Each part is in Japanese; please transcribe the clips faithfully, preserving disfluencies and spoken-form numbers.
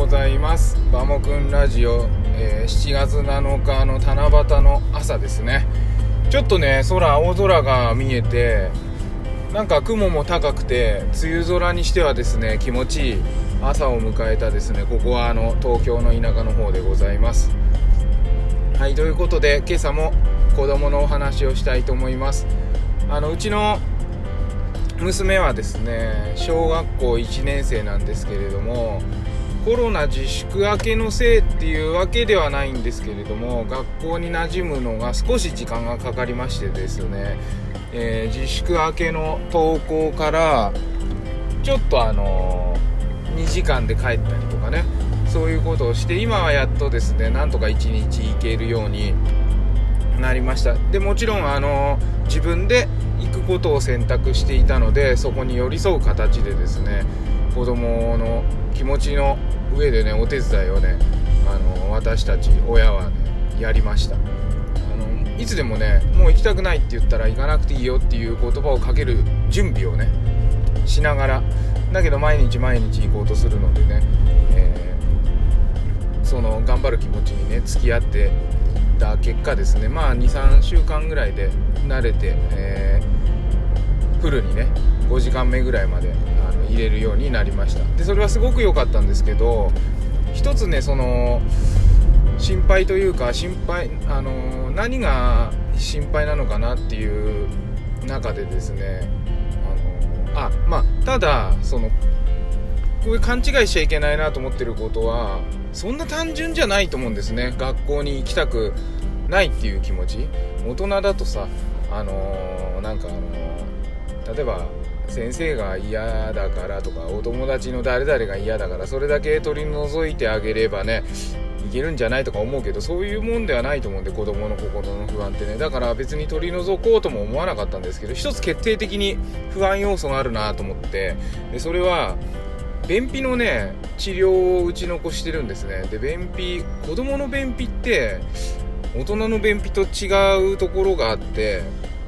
ございます。バモくんラジオ、えー、しちがつなのかの七夕の朝ですね。ちょっとね空青空が見えて、なんか雲も高くて梅雨空にしてはですね気持ちいい朝を迎えたですね。ここはあの東京の田舎の方でございます。はい、ということで今朝も子供のお話をしたいと思います。あのうちの娘はですね小学校いちねん生なんですけれども、コロナ自粛明けのせいっていうわけではないんですけれども、学校に馴染むのが少し時間がかかりましてですね、えー、自粛明けの登校からちょっとあのー、にじかんで帰ったりとかね、そういうことをして、今はやっとですねなんとかいちにち行けるようになりました。でもちろんあのー、自分で行くことを選択していたので、そこに寄り添う形でですね子供の気持ちの上でねお手伝いをねあの私たち親はねやりました。あのいつでもねもう行きたくないって言ったら行かなくていいよっていう言葉をかける準備をねしながら、だけど毎日毎日行こうとするのでね、えー、その頑張る気持ちにね付き合ってた結果ですね、まあ にさんしゅうかんぐらいで慣れて、えー、フルにねごじかんめぐらいまであの入れるようになりました。でそれはすごく良かったんですけど、一つねその心配というか心配あの何が心配なのかなっていう中でですね、あのあまあただそのこういう勘違いしちゃいけないなと思ってることはそんな単純じゃないと思うんですね。学校に行きたくないっていう気持ち、大人だとさあのなんかあの例えば先生が嫌だからとかお友達の誰々が嫌だからそれだけ取り除いてあげればねいけるんじゃないとか思うけど、そういうもんではないと思うんで、子供の心の不安ってね。だから別に取り除こうとも思わなかったんですけど、一つ決定的に不安要素があるなと思って、でそれは便秘のね治療を打ち残してるんですね。で便秘、子供の便秘って大人の便秘と違うところがあって、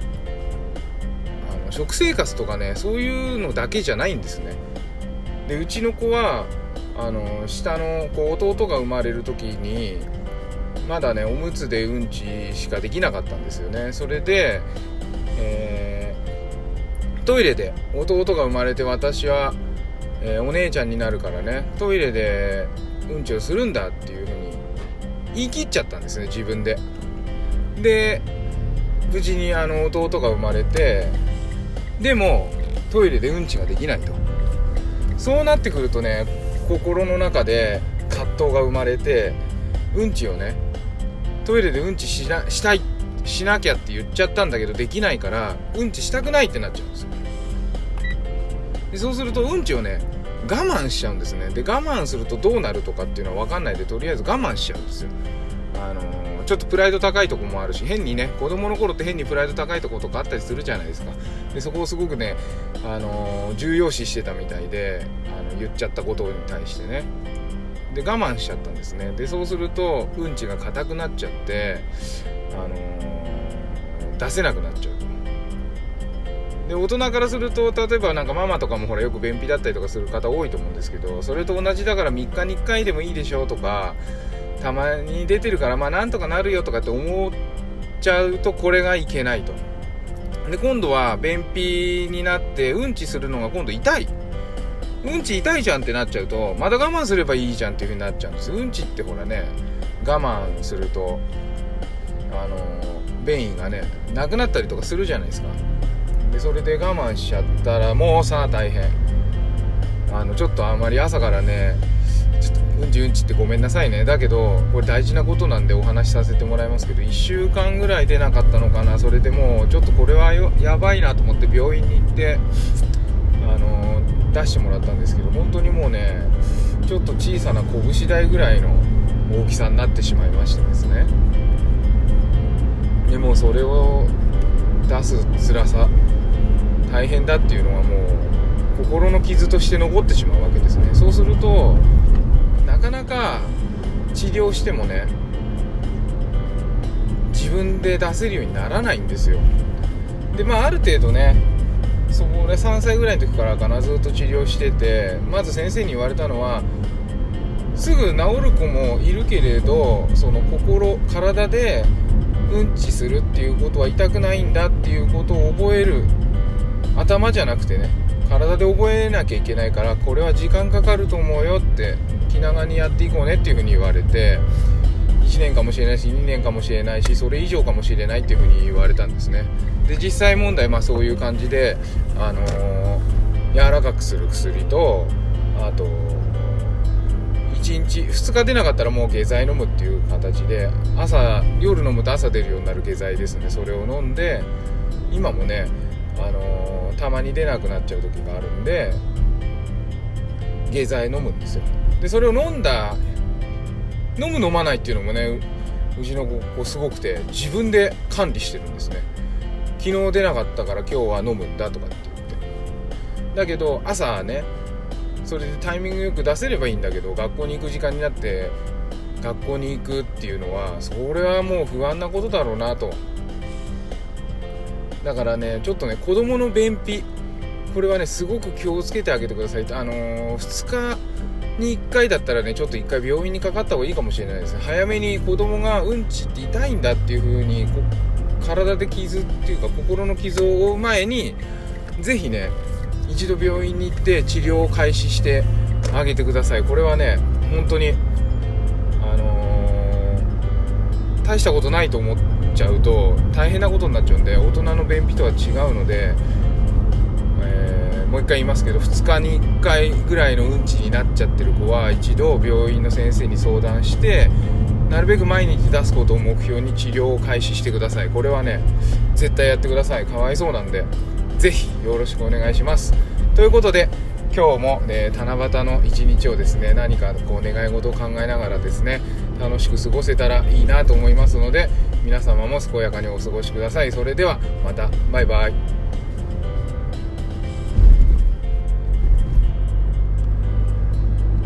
あの食生活とかねそういうのだけじゃないんですね。でうちの子はあの下の子弟が生まれる時にまだねおむつでうんちしかできなかったんですよね。それで、えー、トイレで弟が生まれて私はえー、お姉ちゃんになるからねトイレでうんちをするんだっていう風に言い切っちゃったんですね、自分で。で無事にあの弟が生まれて、でもトイレでうんちができないと。そうなってくるとね心の中で葛藤が生まれて、うんちをねトイレでうんちしな、したいしなきゃって言っちゃったんだけどできないからうんちしたくないってなっちゃうんですよ。でそうするとうんちをね我慢しちゃうんですね。で我慢するとどうなるとかっていうのは分かんないで、とりあえず我慢しちゃうんですよ。あのー、ちょっとプライド高いとこもあるし、変にね子供の頃って変にプライド高いとことかあったりするじゃないですか。でそこをすごくね、あのー、重要視してたみたいで、あの言っちゃったことに対してねで我慢しちゃったんですね。でそうするとうんちが硬くなっちゃって、あのー、出せなくなっちゃう。で大人からすると例えばなんかママとかもほらよく便秘だったりとかする方多いと思うんですけど、それと同じだからみっかにいっかいでもいいでしょとか、たまに出てるからまあなんとかなるよとかって思っちゃうとこれがいけないと。で今度は便秘になってうんちするのが今度痛い、うんち痛いじゃんってなっちゃうと、まだ我慢すればいいじゃんっていう風になっちゃうんです。うんちってほらね我慢するとあの便意がねなくなったりとかするじゃないですか。でそれで我慢しちゃったらもうさ大変、あのちょっとあんまり朝からねちょっとうんちうんちってごめんなさいね、だけどこれ大事なことなんでお話しさせてもらいますけど、いっしゅうかんぐらい出なかったのかな。それでもうちょっとこれはよやばいなと思って病院に行ってあの出してもらったんですけど、本当にもうねちょっと小さな拳大ぐらいの大きさになってしまいましてですね。でもそれを出す辛さ大変だっていうのはもう心の傷として残ってしまうわけですね。そうするとなかなか治療してもね自分で出せるようにならないんですよ。でまあある程度ねそれさんさいぐらいの時からかなずっと治療してて、まず先生に言われたのはすぐ治る子もいるけれど、その心体でうんちするっていうことは痛くないんだっていうことを覚える、頭じゃなくてね体で覚えなきゃいけないから、これは時間かかると思うよって気長にやっていこうねっていうふうに言われて、いちねんかもしれないしにねんかもしれないしそれ以上かもしれないっていうふうに言われたんですね。で実際問題まあそういう感じで、あのー、柔らかくする薬と、あといちにちふつか出なかったらもう下剤飲むっていう形で、朝夜飲むと朝出るようになる下剤ですね。それを飲んで、今もね、あのー、たまに出なくなっちゃう時があるんで下剤飲むんですよ。でそれを飲んだ飲む飲まないっていうのもね、うちの子すごくて自分で管理してるんですね。昨日出なかったから今日は飲むんだとかって言って、だけど朝ねそれでタイミングよく出せればいいんだけど、学校に行く時間になって学校に行くっていうのはそれはもう不安なことだろうなと。だからねちょっとね子供の便秘、これはねすごく気をつけてあげてください。あのー、ふつかにいっかいだったらねちょっといっかい病院にかかった方がいいかもしれないですね。早めに子供がうんちって痛いんだっていう風にこ体で傷っていうか心の傷を負う前にぜひね一度病院に行って治療を開始してあげてください。これはね本当にあのー、大したことないと思っちゃうと大変なことになっちゃうんで、大人の便秘とは違うので、えー、もう一回言いますけどふつかにいっかいぐらいのうんちになっちゃってる子は一度病院の先生に相談してなるべく毎日出すことを目標に治療を開始してください。これはね絶対やってください。かわいそうなんでぜひよろしくお願いします。ということで今日も、ね、七夕の一日をですね何かこう願い事を考えながらですね楽しく過ごせたらいいなと思いますので、皆様も健やかにお過ごしください。それではまた、バイバイ。